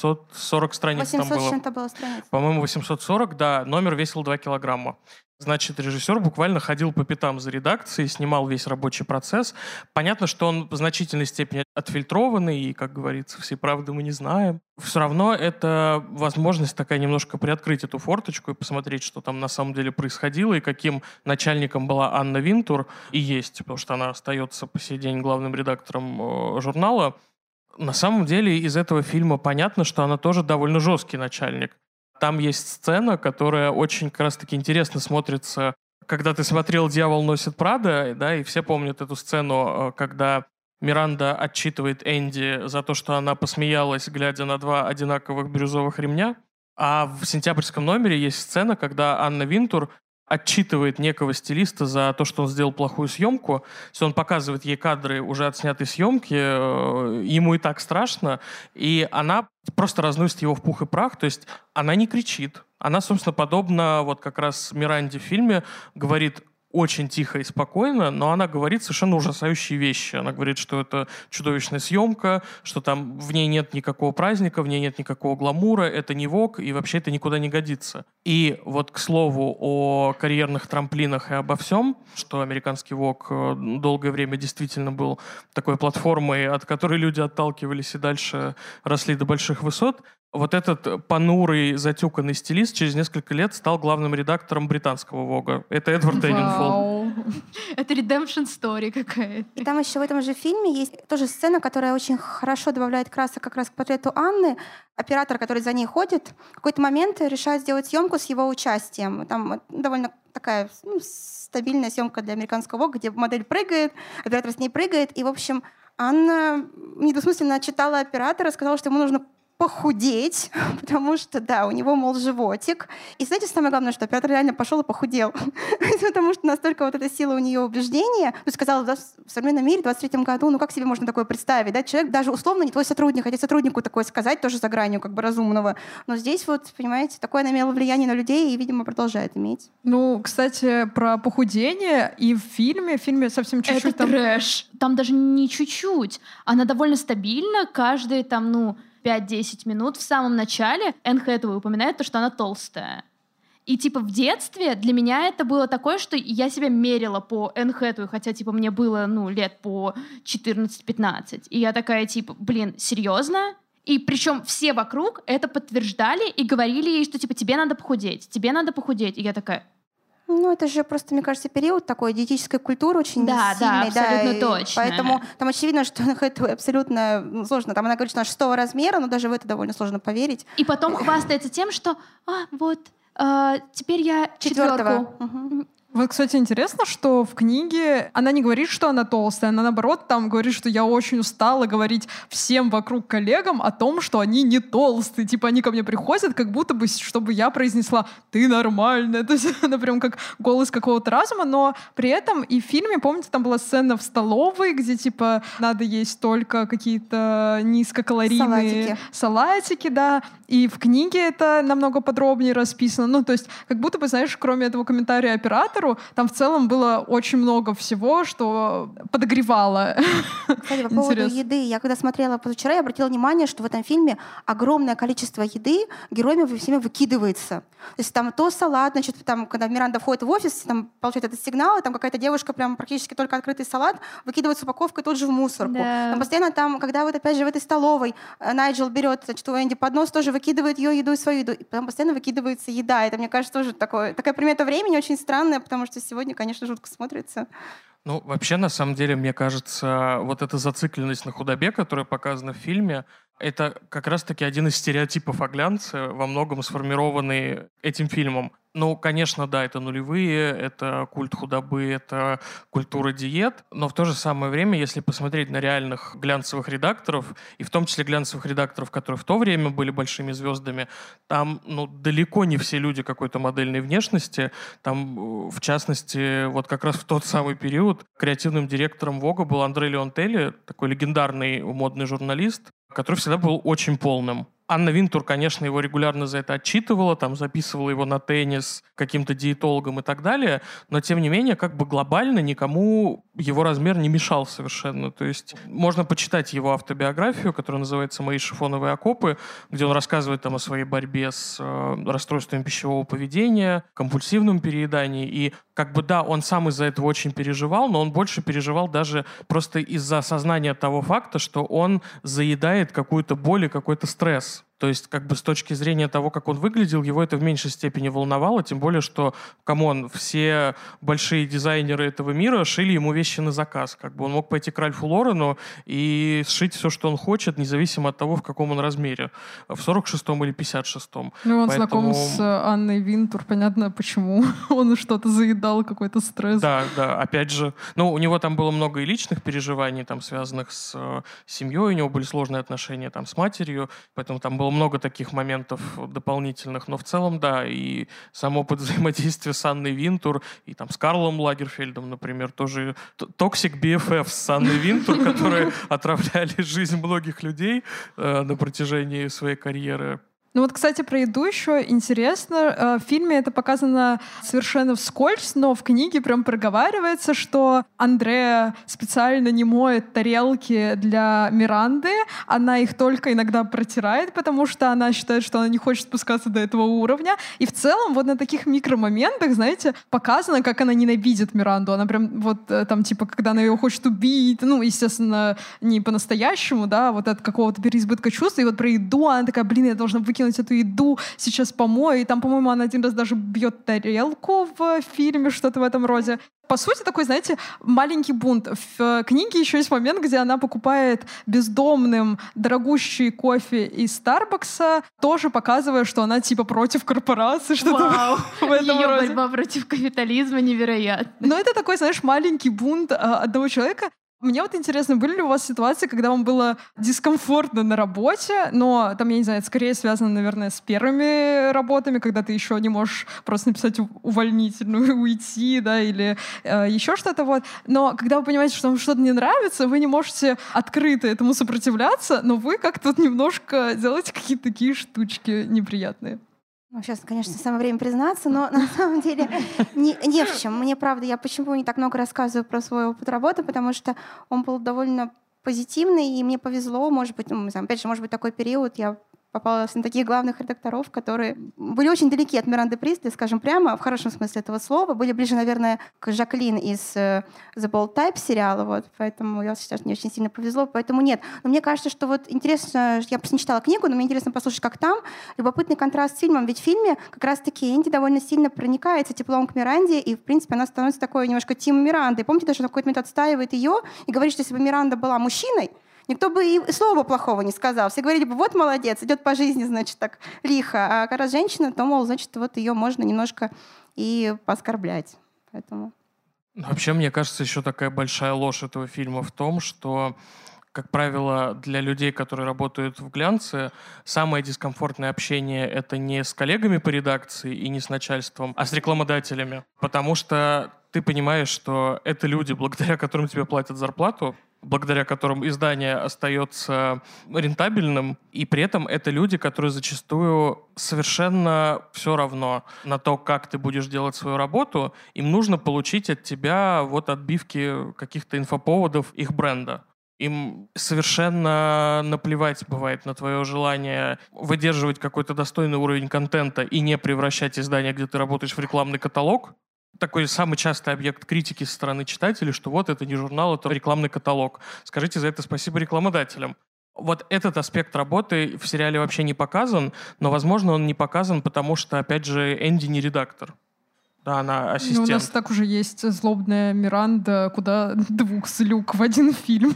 840 страниц 800 там было. чем-то было страниц. По-моему, 840, да, номер весил 2 килограмма. Значит, режиссер буквально ходил по пятам за редакцией, снимал весь рабочий процесс. Понятно, что он в значительной степени отфильтрованный, и, как говорится, всей правды мы не знаем. Все равно это возможность такая немножко приоткрыть эту форточку и посмотреть, что там на самом деле происходило, и каким начальником была Анна Винтур и есть, потому что она остается по сей день главным редактором журнала. На самом деле из этого фильма понятно, что она тоже довольно жесткий начальник. Там есть сцена, которая очень как раз-таки интересно смотрится, когда ты смотрел «Дьявол носит Прада», да, и все помнят эту сцену, когда Миранда отчитывает Энди за то, что она посмеялась, глядя на 2 одинаковых бирюзовых ремня. А в «Сентябрьском номере» есть сцена, когда Анна Винтур отчитывает некого стилиста за то, что он сделал плохую съемку. То есть он показывает ей кадры уже отснятой съемки, ему и так страшно, и она просто разносит его в пух и прах. То есть она не кричит. Она, собственно, подобно вот как раз Миранде в фильме, говорит очень тихо и спокойно, но она говорит совершенно ужасающие вещи. Она говорит, что это чудовищная съемка, что там в ней нет никакого праздника, в ней нет никакого гламура, это не Vogue, и вообще это никуда не годится. И вот, к слову, о карьерных трамплинах и обо всем, что американский Vogue долгое время действительно был такой платформой, от которой люди отталкивались и дальше росли до больших высот, вот этот понурый, затюканный стилист через несколько лет стал главным редактором британского Vogue. Это Эдвард Эннинфолл. Это redemption story какая-то. И там еще в этом же фильме есть тоже сцена, которая очень хорошо добавляет красок как раз к портрету Анны. Оператор, который за ней ходит, в какой-то момент решает сделать съемку с его участием. Там довольно такая стабильная съемка для американского Vogue, где модель прыгает, оператор с ней прыгает. И, в общем, Анна недвусмысленно отчитала оператора, сказала, что ему нужно похудеть, потому что, да, у него, мол, животик. И знаете, самое главное, что оператор реально пошел и похудел. Потому что настолько вот эта сила у нее убеждения. То есть сказала, да, в современном мире, в 23-м году, ну как себе можно такое представить? Да? Человек даже условно не твой сотрудник, хотя сотруднику такое сказать тоже за гранью как бы разумного. Но здесь вот, понимаете, такое она имела влияние на людей и, видимо, продолжает иметь. Ну, кстати, про похудение и в фильме совсем чуть-чуть... Это трэш. Там даже не чуть-чуть. Она довольно стабильна. Каждые там, 5-10 минут в самом начале Энн Хэтэуэй упоминает то, что она толстая. И, в детстве для меня это было такое, что я себя мерила по Энн Хэтэуэй, хотя, мне было, лет по 14-15. И я такая, блин, серьезно? И причем все вокруг это подтверждали и говорили ей, что, тебе надо похудеть, тебе надо похудеть. И я такая... Ну, это же просто, мне кажется, период такой диетической культуры очень сильный. Да, абсолютно точно. Поэтому там очевидно, что это абсолютно сложно. Там она говорит, что она 6 размера, но даже в это довольно сложно поверить. И потом хвастается тем, что теперь я 4. Вот, кстати, интересно, что в книге она не говорит, что она толстая, она, наоборот, там говорит, что я очень устала говорить всем вокруг коллегам о том, что они не толстые. Типа они ко мне приходят, как будто бы, чтобы я произнесла «ты нормальная». То есть она прям как голос какого-то разума, но при этом и в фильме, помните, там была сцена в столовой, где, типа, надо есть только какие-то низкокалорийные салатики, да. И в книге это намного подробнее расписано. Ну, то есть как будто бы, знаешь, кроме этого комментария оператору, там в целом было очень много всего, что подогревало. Кстати, по поводу еды. Я когда смотрела позавчера, я обратила внимание, что в этом фильме огромное количество еды героями во всеми выкидывается. То есть там то салат, значит, там, когда Миранда входит в офис, там получает этот сигнал, и там какая-то девушка прям практически только открытый салат выкидывает с упаковкой тут же в мусорку. Да. Там постоянно там, когда вот опять же в этой столовой Найджел берет, значит, у Энди поднос, тоже выкидывает ее еду и свою еду. И там постоянно выкидывается еда. Это, мне кажется, тоже такая примета времени очень странная, потому что сегодня, конечно, жутко смотрится. Ну, вообще, на самом деле, мне кажется, вот эта зацикленность на худобе, которая показана в фильме, это как раз-таки один из стереотипов о глянце, во многом сформированный этим фильмом. Ну, конечно, да, это нулевые, это культ худобы, это культура диет, но в то же самое время, если посмотреть на реальных глянцевых редакторов, и в том числе глянцевых редакторов, которые в то время были большими звездами, там, ну, далеко не все люди какой-то модельной внешности. Там, в частности, вот как раз в тот самый период креативным директором Vogue был Андре Леонтелли, такой легендарный модный журналист, который всегда был очень полным. Анна Винтур, конечно, его регулярно за это отчитывала, там записывала его на теннис каким-то диетологом и так далее, но, тем не менее, как бы глобально никому его размер не мешал совершенно. То есть можно почитать его автобиографию, которая называется «Мои шифоновые окопы», где он рассказывает там о своей борьбе с расстройством пищевого поведения, компульсивном переедании. И как бы да, он сам из-за этого очень переживал, но он больше переживал даже просто из-за осознания того факта, что он заедает какую-то боль и какой-то стресс. То есть, как бы с точки зрения того, как он выглядел, его это в меньшей степени волновало, тем более, что, камон, все большие дизайнеры этого мира шили ему вещи на заказ. Как бы он мог пойти к Ральфу Лорену и сшить все, что он хочет, независимо от того, в каком он размере. В 46-м или 56-м. Ну, он знаком с Анной Винтур, понятно, почему он что-то заедал, какой-то стресс. Да, опять же. Ну, у него там было много и личных переживаний, там, связанных с семьей, у него были сложные отношения там с матерью, поэтому там было много таких моментов дополнительных, но в целом, да, и сам опыт взаимодействия с Анной Винтур и там с Карлом Лагерфельдом, например, тоже токсик BFF с Анной Винтур, которые отравляли жизнь многих людей на протяжении своей карьеры. Ну вот, кстати, про еду еще интересно. В фильме это показано совершенно вскользь, но в книге прям проговаривается, что Андреа специально не моет тарелки для Миранды, она их только иногда протирает, потому что она считает, что она не хочет спускаться до этого уровня. И в целом вот на таких микромоментах, знаете, показано, как она ненавидит Миранду. Она прям вот там типа, когда она ее хочет убить, ну, естественно, не по-настоящему, да, вот от какого-то переизбытка чувств. И вот про еду она такая, блин, я должна выкинуть эту еду, сейчас помою. И там, по-моему, она один раз даже бьет тарелку в фильме, что-то в этом роде. По сути, такой, знаете, маленький бунт. В книге еще есть момент, где она покупает бездомным дорогущий кофе из Старбакса, тоже показывая, что она типа против корпорации, что-то в этом Ее роде. борьба против капитализма невероятна. Но это такой, знаешь, маленький бунт одного человека. Мне вот интересно, были ли у вас ситуации, когда вам было дискомфортно на работе, но там, я не знаю, это скорее связано, наверное, с первыми работами, когда ты еще не можешь просто написать увольнительную и уйти, да, или еще что-то вот. Но когда вы понимаете, что вам что-то не нравится, вы не можете открыто этому сопротивляться, но вы как-то вот немножко делаете какие-то такие штучки неприятные. Ну, сейчас, конечно, самое время признаться, но на самом деле не в чем. Мне, правда, я почему не так много рассказываю про свой опыт работы, потому что он был довольно позитивный, и мне повезло, может быть, ну, опять же, может быть, такой период, я попалась на таких главных редакторов, которые были очень далеки от Миранды Пристли, скажем прямо, в хорошем смысле этого слова, были ближе, наверное, к Жаклин из The Bold Type сериала, вот, поэтому я сейчас мне очень сильно повезло, поэтому нет. Но мне кажется, что вот интересно, я просто не читала книгу, но мне интересно послушать, как там, любопытный контраст с фильмом, ведь в фильме как раз-таки Энди довольно сильно проникается теплом к Миранде, и, в принципе, она становится такой немножко тим Миранды. Помните, даже в какой-то момент отстаивает ее и говорит, что если бы Миранда была мужчиной, никто бы и слова плохого не сказал. Все говорили бы, вот молодец, идет по жизни, значит, так лихо. А когда женщина, то, мол, значит, вот ее можно немножко и пооскорблять. Поэтому... Вообще, мне кажется, еще такая большая ложь этого фильма в том, что, как правило, для людей, которые работают в глянце, самое дискомфортное общение — это не с коллегами по редакции и не с начальством, а с рекламодателями. Потому что ты понимаешь, что это люди, благодаря которым тебе платят зарплату, благодаря которым издание остается рентабельным, и при этом это люди, которые зачастую совершенно все равно на то, как ты будешь делать свою работу, им нужно получить от тебя вот отбивки каких-то инфоповодов их бренда. Им совершенно наплевать бывает на твое желание выдерживать какой-то достойный уровень контента и не превращать издание, где ты работаешь, в рекламный каталог. Такой самый частый объект критики со стороны читателей, что вот это не журнал, это рекламный каталог. Скажите за это спасибо рекламодателям. Вот этот аспект работы в сериале вообще не показан, но, возможно, он не показан, потому что, опять же, Энди не редактор. Да, она ассистент. У нас так уже есть злобная Миранда, куда 2 слюг в один фильм.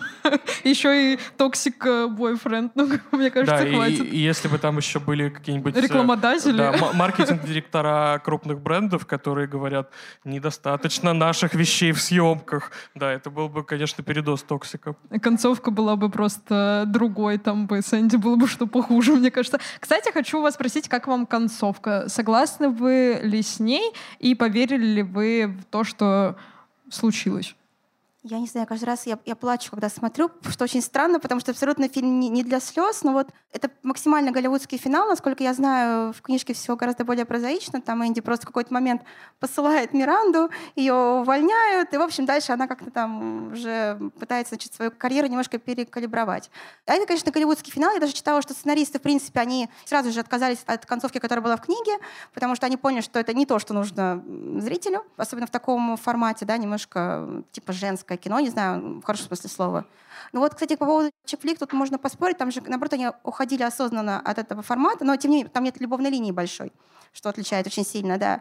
Еще и токсик бойфренд. Ну, мне кажется, да, хватит. И если бы там еще были какие-нибудь... Рекламодатели. Да, маркетинг-директора крупных брендов, которые говорят, недостаточно наших вещей в съемках. Да, это был бы, конечно, передоз токсика. Концовка была бы просто другой, там бы с Энди было бы что похуже, мне кажется. Кстати, хочу вас спросить, как вам концовка? Согласны вы ли с ней? И поверили ли вы в то, что случилось? Я не знаю, каждый раз я плачу, когда смотрю, что очень странно, потому что абсолютно фильм не для слез, но вот это максимально голливудский финал, насколько я знаю, в книжке все гораздо более прозаично, там Энди просто в какой-то момент посылает Миранду, ее увольняют, и, в общем, дальше она как-то там уже пытается, значит, свою карьеру немножко перекалибровать. А это, конечно, голливудский финал, я даже читала, что сценаристы, в принципе, они сразу же отказались от концовки, которая была в книге, потому что они поняли, что это не то, что нужно зрителю, особенно в таком формате, да, немножко типа женское кино, не знаю, в хорошем смысле слова. Ну вот, кстати, по поводу чик-флик тут можно поспорить, там же, наоборот, они уходили осознанно от этого формата, но, тем не менее, там нет любовной линии большой, что отличает очень сильно, да.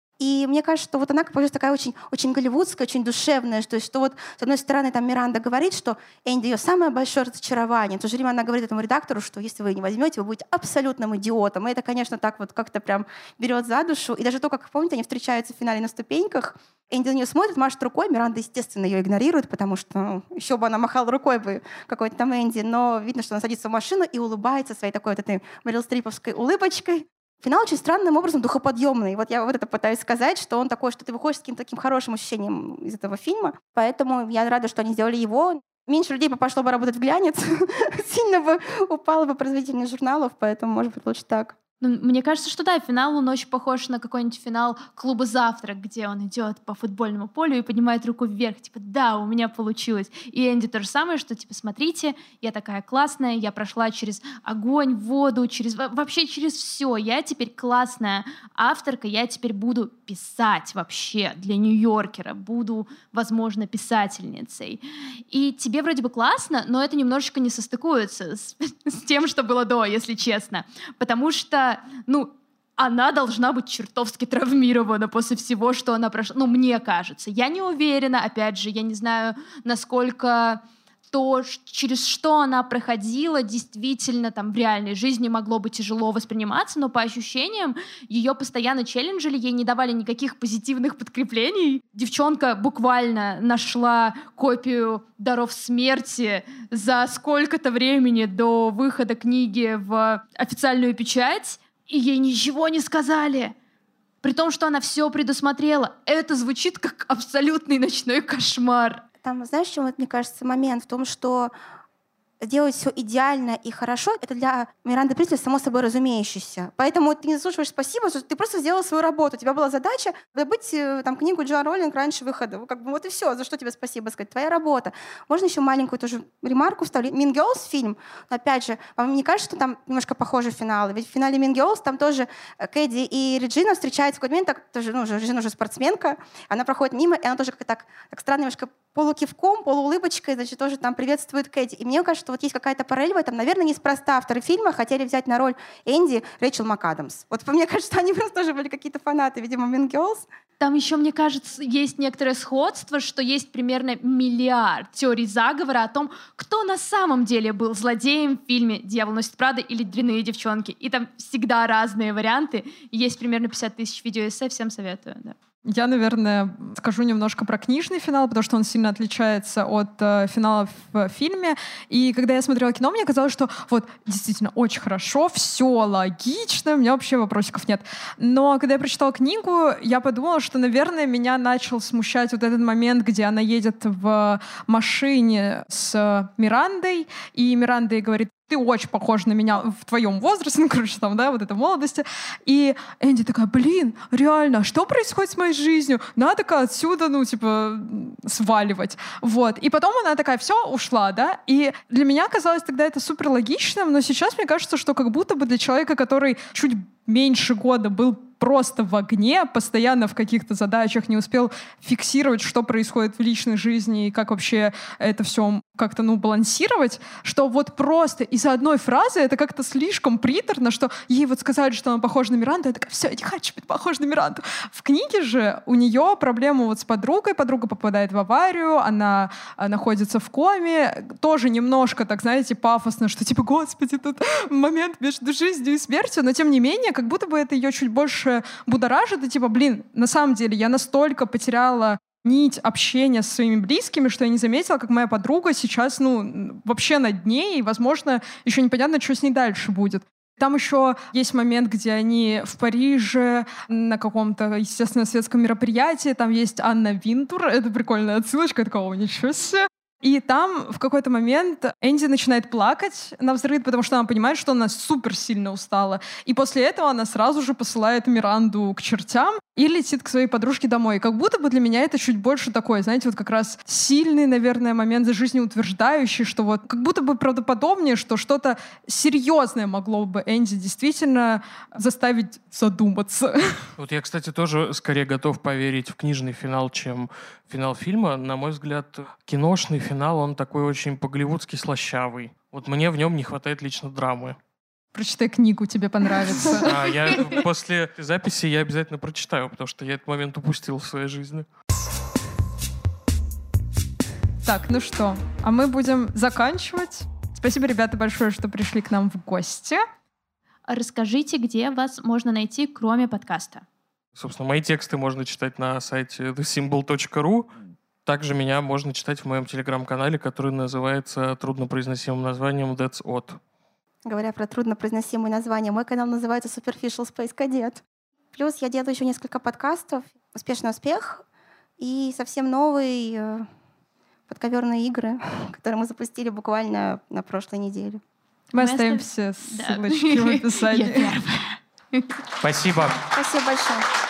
И мне кажется, что вот она получилась такая очень, очень голливудская, очень душевная, что вот, с одной стороны, там Миранда говорит, что Энди ее самое большое разочарование. В то же время она говорит этому редактору, что если вы не возьмете, вы будете абсолютным идиотом. И это, конечно, так вот как-то прям берет за душу. И даже то, как, помните, они встречаются в финале на ступеньках, Энди на нее смотрит, машет рукой, Миранда, естественно, ее игнорирует, потому что еще бы она махала рукой бы какой-то там Энди, но видно, что она садится в машину и улыбается своей такой вот этой Мэрил Стриповской улыбочкой. Финал очень странным образом духоподъемный. Вот я вот это пытаюсь сказать, что он такой, что ты выходишь с каким-то таким хорошим ощущением из этого фильма. Поэтому я рада, что они сделали его. Меньше людей пошло бы работать в глянец, сильно бы упала бы производительность журналов, поэтому, может быть, лучше так. Мне кажется, что да, финал, он очень похож на какой-нибудь финал клуба «Завтрак», где он идет по футбольному полю и поднимает руку вверх, типа, да, у меня получилось. И Энди то же самое, что, типа, смотрите, я такая классная, я прошла через огонь, воду, вообще через все. Я теперь классная авторка, я теперь буду писать вообще для Нью-Йоркера, буду, возможно, писательницей. И тебе вроде бы классно, но это немножечко не состыкуется с тем, что было до, если честно. Потому что она должна быть чертовски травмирована после всего, что она прошла. Ну, мне кажется. Я не уверена, опять же, я не знаю, насколько то, через что она проходила, действительно там в реальной жизни могло бы тяжело восприниматься, но по ощущениям ее постоянно челленджили, ей не давали никаких позитивных подкреплений. Девчонка буквально нашла копию «Даров смерти» за сколько-то времени до выхода книги в официальную печать, и ей ничего не сказали. При том, что она все предусмотрела. Это звучит как абсолютный ночной кошмар. Там, знаешь, в чем, мне кажется, момент? В том, что делать все идеально и хорошо, это для Миранды Прислер само собой разумеющееся. Поэтому ты не заслуживаешь спасибо, что ты просто сделала свою работу. У тебя была задача добыть там книгу Джоан Роулинг раньше выхода. Как бы вот и все. За что тебе спасибо сказать? Твоя работа. Можно еще маленькую тоже ремарку вставить? Mean Girls фильм, но опять же, вам не кажется, что там немножко похожи финалы? Ведь в финале Mean Girls там тоже Кэдди и Реджина встречаются в какой-то момент, так, тоже, Реджина уже спортсменка, она проходит мимо, и она тоже как-то так странно немножко полукивком, полуулыбочкой, значит, тоже там приветствует Кэдди. И мне кажется, что вот есть какая-то параллель в этом. Наверное, неспроста авторы фильма хотели взять на роль Энди Рэйчел МакАдамс. Вот мне кажется, что они просто тоже были какие-то фанаты, видимо, Mean Girls. Там еще, мне кажется, есть некоторое сходство, что есть примерно миллиард теорий заговора о том, кто на самом деле был злодеем в фильме «Дьявол носит Прада» или «Дрянные девчонки». И там всегда разные варианты. И есть примерно 50 тысяч видеоэссе, всем советую. Да. Я, наверное, скажу немножко про книжный финал, потому что он сильно отличается от финала в фильме. И когда я смотрела кино, мне казалось, что вот действительно очень хорошо, все логично, у меня вообще вопросиков нет. Но когда я прочитала книгу, я подумала, что, наверное, меня начал смущать вот этот момент, где она едет в машине с Мирандой, и Миранда ей говорит: ты очень похожа на меня в твоем возрасте, ну, короче, там, да, вот это в молодости. И Энди такая: блин, реально, что происходит с моей жизнью? Надо-ка отсюда, ну, типа, сваливать. Вот. И потом она такая: все, ушла, да? И для меня казалось тогда это супер логичным, но сейчас мне кажется, что как будто бы для человека, который чуть меньше года был просто в огне, постоянно в каких-то задачах, не успел фиксировать, что происходит в личной жизни и как вообще это все как-то, ну, балансировать, что вот просто из-за одной фразы это как-то слишком приторно, что ей вот сказали, что она похожа на Миранду, я такая: все, я не хочу быть похожа на Миранду. В книге же у нее проблема вот с подругой, подруга попадает в аварию, она находится в коме, тоже немножко, так, знаете, пафосно, что типа: господи, тут момент между жизнью и смертью, но тем не менее, как будто бы это ее чуть больше будоражит, и типа: блин, на самом деле я настолько потеряла нить общения со своими близкими, что я не заметила, как моя подруга сейчас, ну, вообще на дне, и, возможно, еще непонятно, что с ней дальше будет. Там еще есть момент, где они в Париже на каком-то, естественно, светском мероприятии, там есть Анна Винтур, это прикольная отсылочка, я такого: ничего себе. И там в какой-то момент Энди начинает плакать навзрыд, потому что она понимает, что она супер сильно устала. И после этого она сразу же посылает Миранду к чертям и летит к своей подружке домой. Как будто бы для меня это чуть больше такой, знаете, вот как раз сильный, наверное, момент жизнеутверждающий, что вот как будто бы правдоподобнее, что что-то серьезное могло бы Энди действительно заставить задуматься. Вот я, кстати, тоже скорее готов поверить в книжный финал, чем финал фильма. На мой взгляд, киношный финал, он такой очень по-голливудски слащавый. Вот мне в нем не хватает лично драмы. Прочитай книгу, тебе понравится. После записи я обязательно прочитаю, потому что я этот момент упустил в своей жизни. Так, ну что, а мы будем заканчивать. Спасибо, ребята, большое, что пришли к нам в гости. Расскажите, где вас можно найти, кроме подкаста. Собственно, мои тексты можно читать на сайте thesymbol.ru. Также меня можно читать в моем телеграм-канале, который называется труднопроизносимым названием That's Odd. Говоря про труднопроизносимые названия, мой канал называется Superficial Space Cadet. Плюс я делаю еще несколько подкастов «Успешный успех» и совсем новые подковерные игры, которые мы запустили буквально на прошлой неделе. Мы оставим все ссылочки в описании. Спасибо. Спасибо большое.